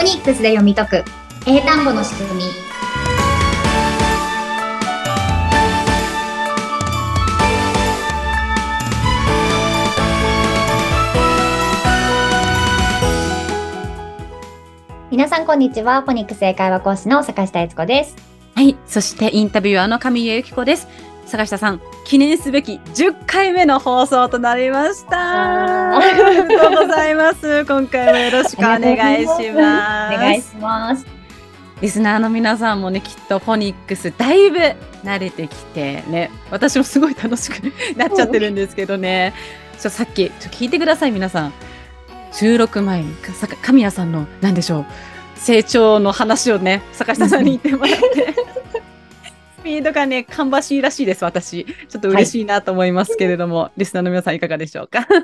ニックスで読み解く英単語の仕組み。皆さんこんにちは。フォニックス英会話講師の坂下悦子です。 はい、そしてインタビュアーの上家由紀子です。坂下さん、記念すべき10回目の放送となりました。ありがとうございます。今回もよろしくお願いします。お願いします。 リスナーの皆さんもね、きっとフォニックスだいぶ慣れてきてね、私もすごい楽しくなっちゃってるんですけどね。さっき聞いてください、皆さん。収録前に神谷さんの何でしょう、成長の話をね、坂下さんに言ってもらってスピードがね、芳しいらしいです。私ちょっと嬉しいなと思いますけれども、はい、リスナーの皆さんいかがでしょうか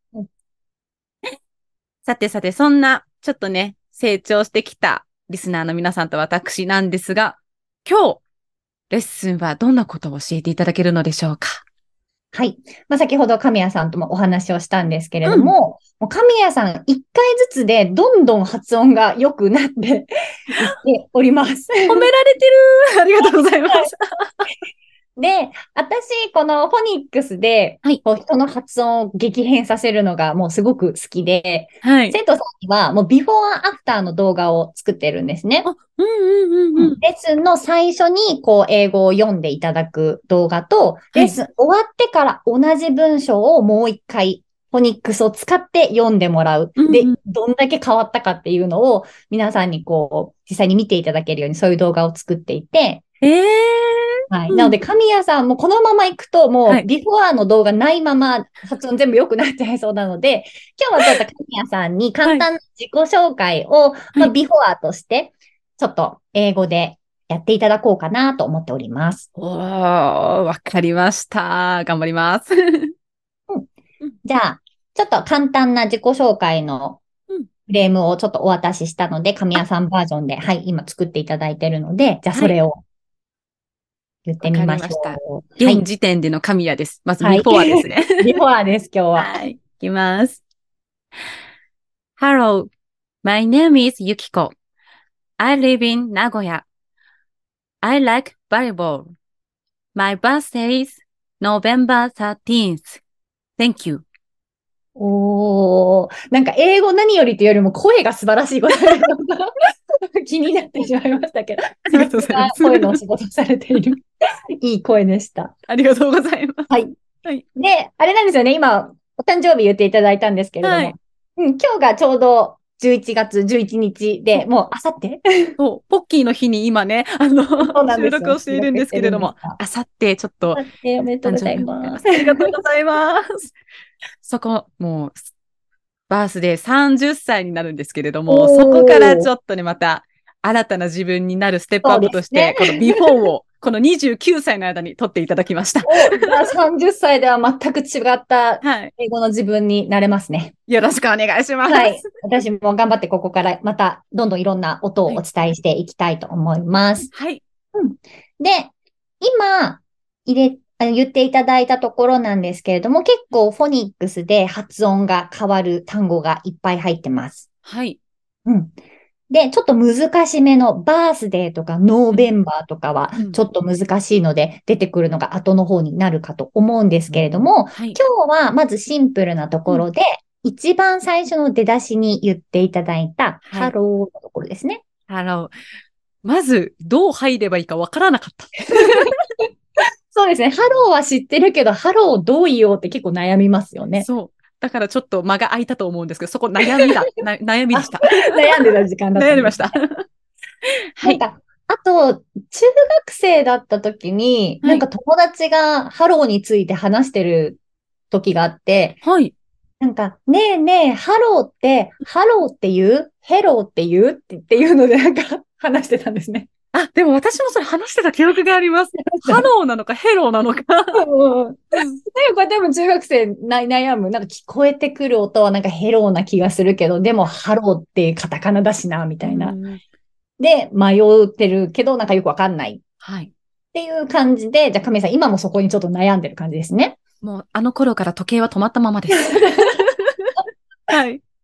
さてさて、そんなちょっとね、成長してきたリスナーの皆さんと私なんですが、今日レッスンはどんなことを教えていただけるのでしょうか。 はい。先ほど神谷さんともお話をしたんですけれども、もう神谷さん一回ずつでどんどん発音が良くなっていっております。 褒められてる。ありがとうございます。 で、私、このフォニックスで、人の発音を激変させるのがもうすごく好きで、生徒さんにはもうビフォーアフターの動画を作ってるんですね。レッスンの最初に英語を読んでいただく動画と、レッスン終わってから同じ文章をもう一回、フォニックスを使って読んでもらう。で、どんだけ変わったかっていうのを皆さんに実際に見ていただけるようにそういう動画を作っていて、はい。なので、神谷さんもこのまま行くと、もう、ビフォアの動画ないまま、発音全部良くなっちゃいそうなので、今日はちょっと神谷さんに簡単な自己紹介を、ビフォアとして、ちょっと英語でやっていただこうかなと思っております。 わかりました。頑張ります。 じゃあ、ちょっと簡単な自己紹介のフレームをちょっとお渡ししたので、神谷さんバージョンで、今作っていただいているので、じゃあそれを、言ってみましょう。 現時点での神谷です。まずビフォアですね。 ビフォアです、今日は。 はい。いきます。Hello, my name is Yukiko. I live in Nagoya. I like volleyball. My birthday is November 13th. Thank you. なんか英語何よりというよりも声が素晴らしいこと気になってしまいましたけど。 ありがとうございます。 声のお仕事されている。いい声でした。 ありがとうございます。 はい。で、あれなんですよね。今、お誕生日言っていただいたんですけれども。今日がちょうど11月11日で、もうあさってポッキーの日に今ね、収録をしているんですけれども、あさってちょっと。 おめでとうございます。 ありがとうございます。もう、バースデー30歳になるんですけれども、そこからちょっとね、また新たな自分になるステップアップとして、このビフォーを、この29歳の間に取っていただきました。 30歳では全く違った英語の自分になれますね。 よろしくお願いします。 私も頑張ってここからまたどんどんいろんな音をお伝えしていきたいと思います。で、今言っていただいたところなんですけれども、結構フォニックスで発音が変わる単語がいっぱい入ってます。で、ちょっと難しめのバースデーとかノーベンバーとかはちょっと難しいので出てくるのが後の方になるかと思うんですけれども、今日はまずシンプルなところで、一番最初の出だしに言っていただいたハローのところですね。 ハロー。まずどう入ればいいかわからなかった。 そうですね。ハローは知ってるけど、ハローどう言おうって結構悩みますよね。 そう。だからちょっと間が空いたと思うんですけど、そこ悩みでした。 悩んでた時間だった。 悩んでました。 なんか、あと、中学生だった時に、なんか友達がハローについて話してる時があって、なんか、ねえねえ、ハローって言うヘローって言うっていうのでなんか話してたんですね。 でも私もそれ話してた記憶があります。ハローなのかヘローなのか。 なんかこれ多分中学生悩む。なんか聞こえてくる音はなんかヘローな気がするけど、でもハローってカタカナだしな、みたいな。で、迷ってるけど、なんかよくわかんない。っていう感じで、じゃあ亀井さん、今もそこにちょっと悩んでる感じですね。 もうあの頃から時計は止まったままです。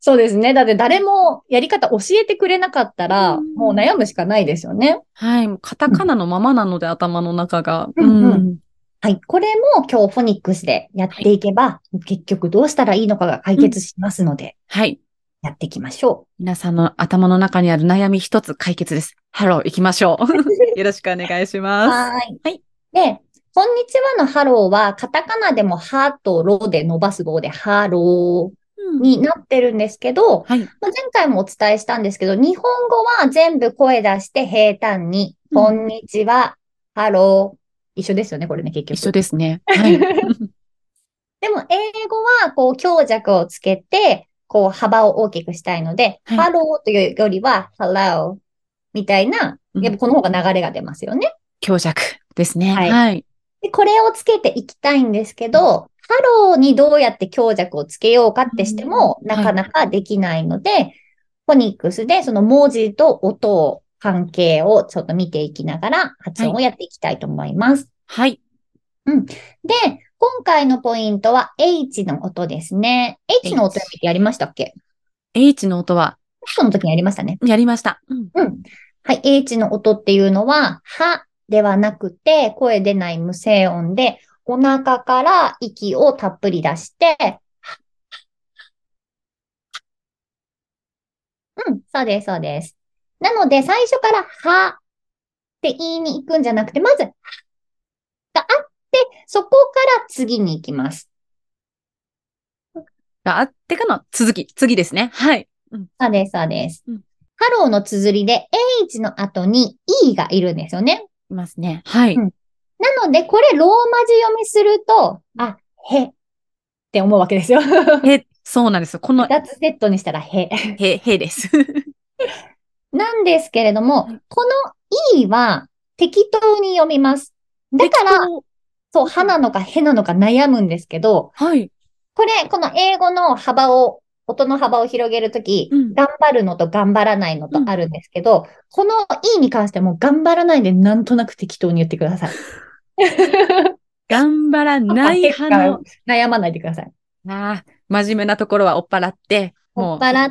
そうですね。だって誰もやり方教えてくれなかったら、もう悩むしかないですよね。 はい。もうカタカナのままなので、頭の中が。 うんうん。はい。これも今日フォニックスでやっていけば、結局どうしたらいいのかが解決しますので、 はい。 やっていきましょう。 皆さんの頭の中にある悩み一つ解決です。ハロー行きましょう。よろしくお願いします。 はい。 はい。 で、こんにちはのハローは、カタカナでもハとロで伸ばす棒でハローになってるんですけど、 はい。 まあ、前回もお伝えしたんですけど、日本語は全部声出して平坦に、こんにちは、ハロー。一緒ですよね、これね、結局。 一緒ですね。はい。 でも、英語は、こう、強弱をつけて、こう、幅を大きくしたいので、 はい、 ハローというよりは、hello みたいな、やっぱこの方が流れが出ますよね。 強弱ですね。 はい。 はい。 で、これをつけていきたいんですけど、ハローにどうやって強弱をつけようかってしても、なかなかできないので、フォニックスでその文字と音を関係をちょっと見ていきながら発音をやっていきたいと思います。 はい。 うん。で、今回のポイントは H の音ですね。H の音読みってやりましたっけ？ H の音はその時にやりましたね。 やりました。 うん。はい。H の音っていうのは、はではなくて、声出ない無声音で、お腹から息をたっぷり出して、うん、そうです、そうです。なので、最初からはって言いに行くんじゃなくて、まず、はがあって、そこから次に行きます。 があってかの次ですね。はい。 そうです、そうです。ハローの綴りで H の後に E がいるんですよね。 いますね。はい。 なので、これローマ字読みすると、へって思うわけですよ。 そうなんですよ。この、 2つセットにしたらへです。 なんですけれども、この E は適当に読みます。だから、そう、はなのかへなのか悩むんですけど、 はい。 この英語の音の幅を広げるとき、頑張るのと頑張らないのとあるんですけど、この E に関しても頑張らないでなんとなく適当に言ってください。 頑張らない派の。 悩まないでください。 真面目なところは追っ払って、 追っ払って、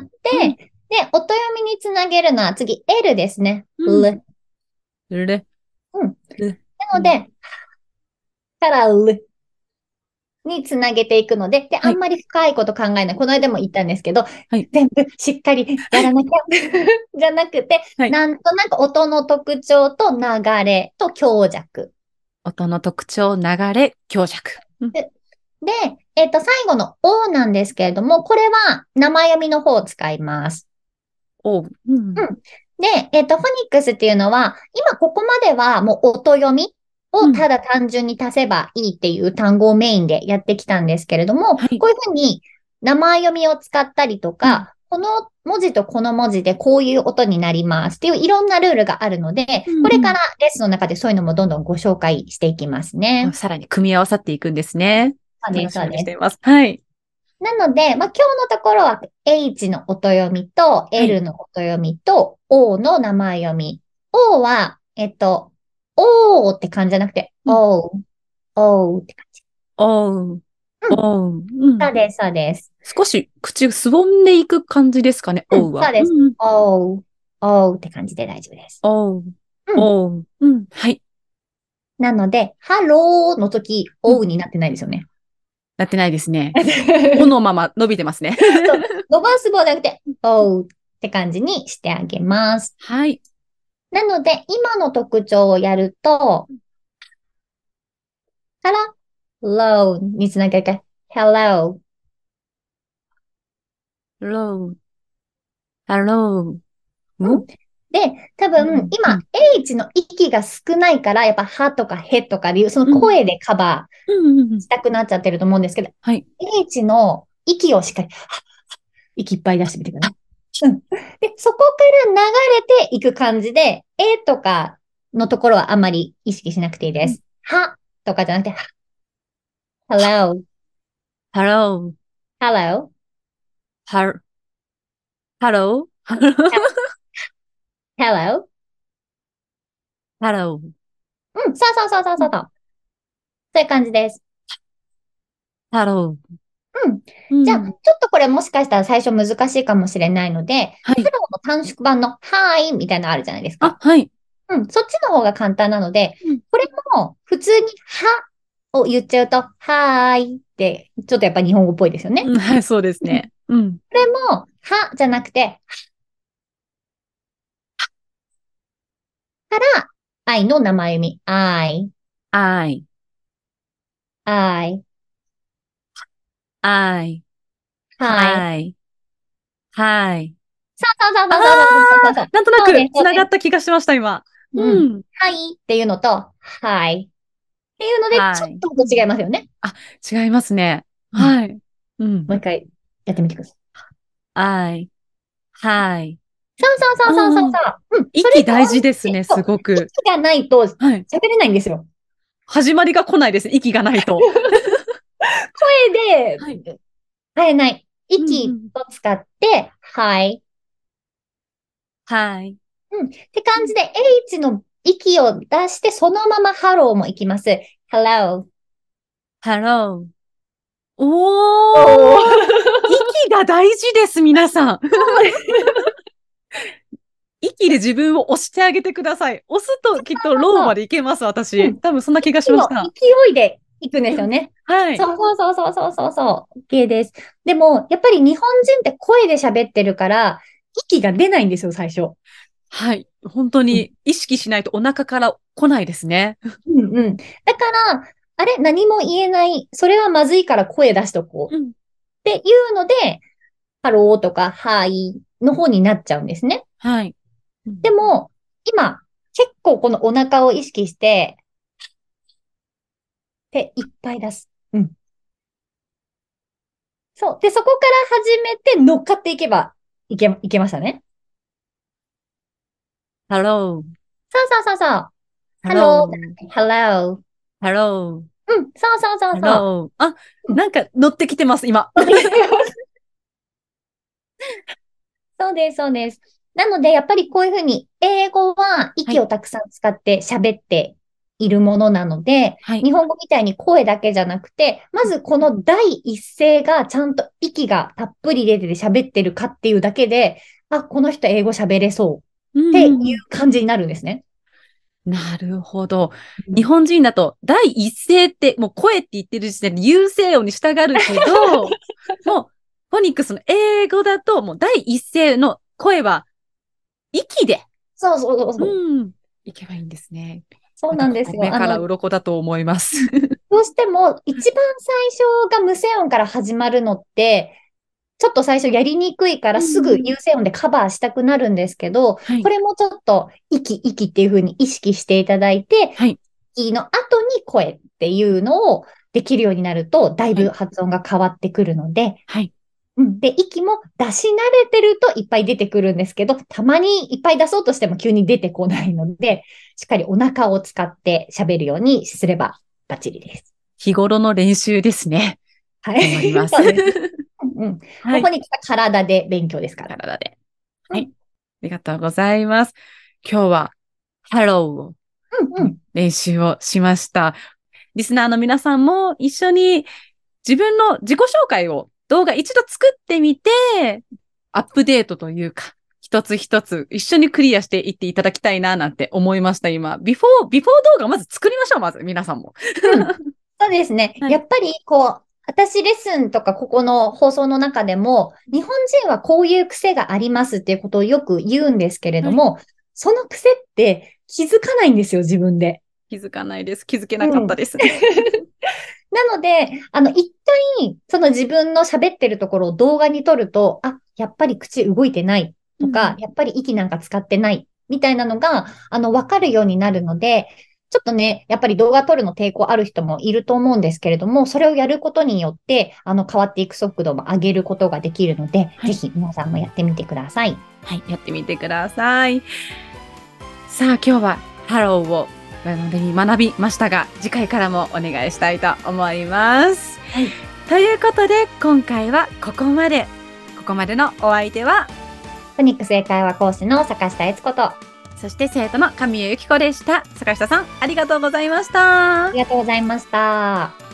で、音読みにつなげるのは次 L ですね。 L。 なので、から L につなげていくので、あんまり深いこと考えない。この間も言ったんですけど、全部しっかりやらなきゃじゃなくて、なんとなく音の特徴と流れと強弱。 音の特徴、流れ、強弱。 で、最後の O なんですけれども、これは生読みの方を使います。 で、 フォニックスっていうのは、今ここまではもう音読みをただ単純に足せばいいっていう単語をメインでやってきたんですけれども、こういうふうに生読みを使ったりとか、この文字とこの文字でこういう音になりますっていういろんなルールがあるので、これからレッスンの中でそういうのもどんどんご紹介していきますね。 さらに組み合わさっていくんですね。 そうです、そうです。 はい。 なので、今日のところは H の音読みと L の音読みと O の名前読み。O は、O って感じじゃなくて、O、O って感じ。 O、O。 そうです、そうです。 少し口すぼんでいく感じですかね、O は。 そうです。O、O って感じで大丈夫です。 O、O。はい。 なので、ハローの時、O になってないですよね。 なってないですね。O のまま伸びてますね。 伸ばす棒じゃなくて、O って感じにしてあげます。 はい。 なので、今の特徴をやると、から、low につなげて、hello。 hello。hello。 で、多分、今、H の息が少ないから、やっぱ、はとかへとかでいう、その声でカバーしたくなっちゃってると思うんですけど、H の息をしっかり、息いっぱい出してみてください。で、そこから流れていく感じで、とかのところはあんまり意識しなくていいです。はとかじゃなくて、hello, hello, hello, hello, hello. hello. そうそうそうそうそう。そういう感じです。 hello. じゃあ、ちょっとこれもしかしたら最初難しいかもしれないので、ハローの短縮版のはいみたいなのあるじゃないですか。 はい。 そっちの方が簡単なので、これも普通にはを言っちゃうと、はーいって、ちょっとやっぱ日本語っぽいですよね。 はい、そうですね。 これも、はじゃなくて、から、愛の名前読み。愛。 愛。 愛。 愛。はい。はい。 そう。 なんとなく繋がった気がしました、今。 はいっていうのと、はいっていうので、ちょっと違いますよね。 違いますね。はい。 もう一回やってみてください。 愛。はい。 そう。 息大事ですね、すごく。 息がないと喋れないんですよ。 始まりが来ないです、息がないと。 声で変えない。息を使って、はい。 はい。 って感じで、H の息を出して、そのままハローもいきます。Hello。 Hello。おー息が大事です、皆さん。息で自分を押してあげてください。押すときっとローまでいけます、私。多分そんな気がしました。 勢いでいくんですよね。 はい。 そう。OK です。でも、やっぱり日本人って声で喋ってるから、息が出ないんですよ、最初。 はい。本当に意識しないとお腹から来ないですね。 だから、あれ何も言えない。それはまずいから声出しとこう。っていうので、ハローとか、はいの方になっちゃうんですね。 はい。 でも、今、結構このお腹を意識して、で、いっぱい出す。そう。で、そこから始めて乗っかっていけば、いけましたね。 Hello。 そう。Hello。Hello。 Hello。 そう。 Hello。なんか乗ってきてます、今。 そうです。なので、やっぱりこういうふうに、英語は息をたくさん使って喋っているものなので、日本語みたいに声だけじゃなくて、まずこの第一声がちゃんと息がたっぷり出てて喋ってるかっていうだけで、この人英語喋れそうっていう感じになるんですね。 なるほど。日本人だと、第一声って、もう声って言ってる時点で優勢音に従うけど、もう、フォニックスの英語だと、もう第一声の声は、息で。 そう。 いけばいいんですね。 そうなんですよ。 目から鱗だと思います。 どうしても、一番最初が無声音から始まるのって、ちょっと最初やりにくいからすぐ優勢音でカバーしたくなるんですけど、これもちょっと息っていう風に意識していただいて、息の後に声っていうのをできるようになると、だいぶ発音が変わってくるので、で、息も出し慣れてるといっぱい出てくるんですけど、たまにいっぱい出そうとしても急に出てこないので、しっかりお腹を使って喋るようにすればバッチリです。 日頃の練習ですね。 はい。 頑張ります。 ここに来た体で勉強ですから。 体で。はい。ありがとうございます。今日は、ハローを練習をしました。リスナーの皆さんも一緒に自分の自己紹介を動画一度作ってみて、アップデートというか、一つ一つ一緒にクリアしていっていただきたいななんて思いました、今。ビフォー動画まず作りましょう、まず皆さんも。 そうですね。やっぱり私レッスンとかここの放送の中でも、日本人はこういう癖がありますっていうことをよく言うんですけれども、その癖って気づかないんですよ、自分で。 気づかないです。気づけなかったです。 なので、一回、その自分の喋ってるところを動画に撮ると、やっぱり口動いてないとか、やっぱり息なんか使ってないみたいなのが、わかるようになるので、ちょっとね、やっぱり動画撮るの抵抗ある人もいると思うんですけれども、それをやることによって、変わっていく速度も上げることができるので、ぜひ皆さんもやってみてください。 はい、やってみてください。さあ、今日はハローを学びましたが、次回からもお願いしたいと思います。ということで、今回はここまで。ここまでのお相手は、 フォニックス英会話講師の坂下悦子と、 そして生徒の神谷由紀子でした。坂下さん、ありがとうございました。 ありがとうございました。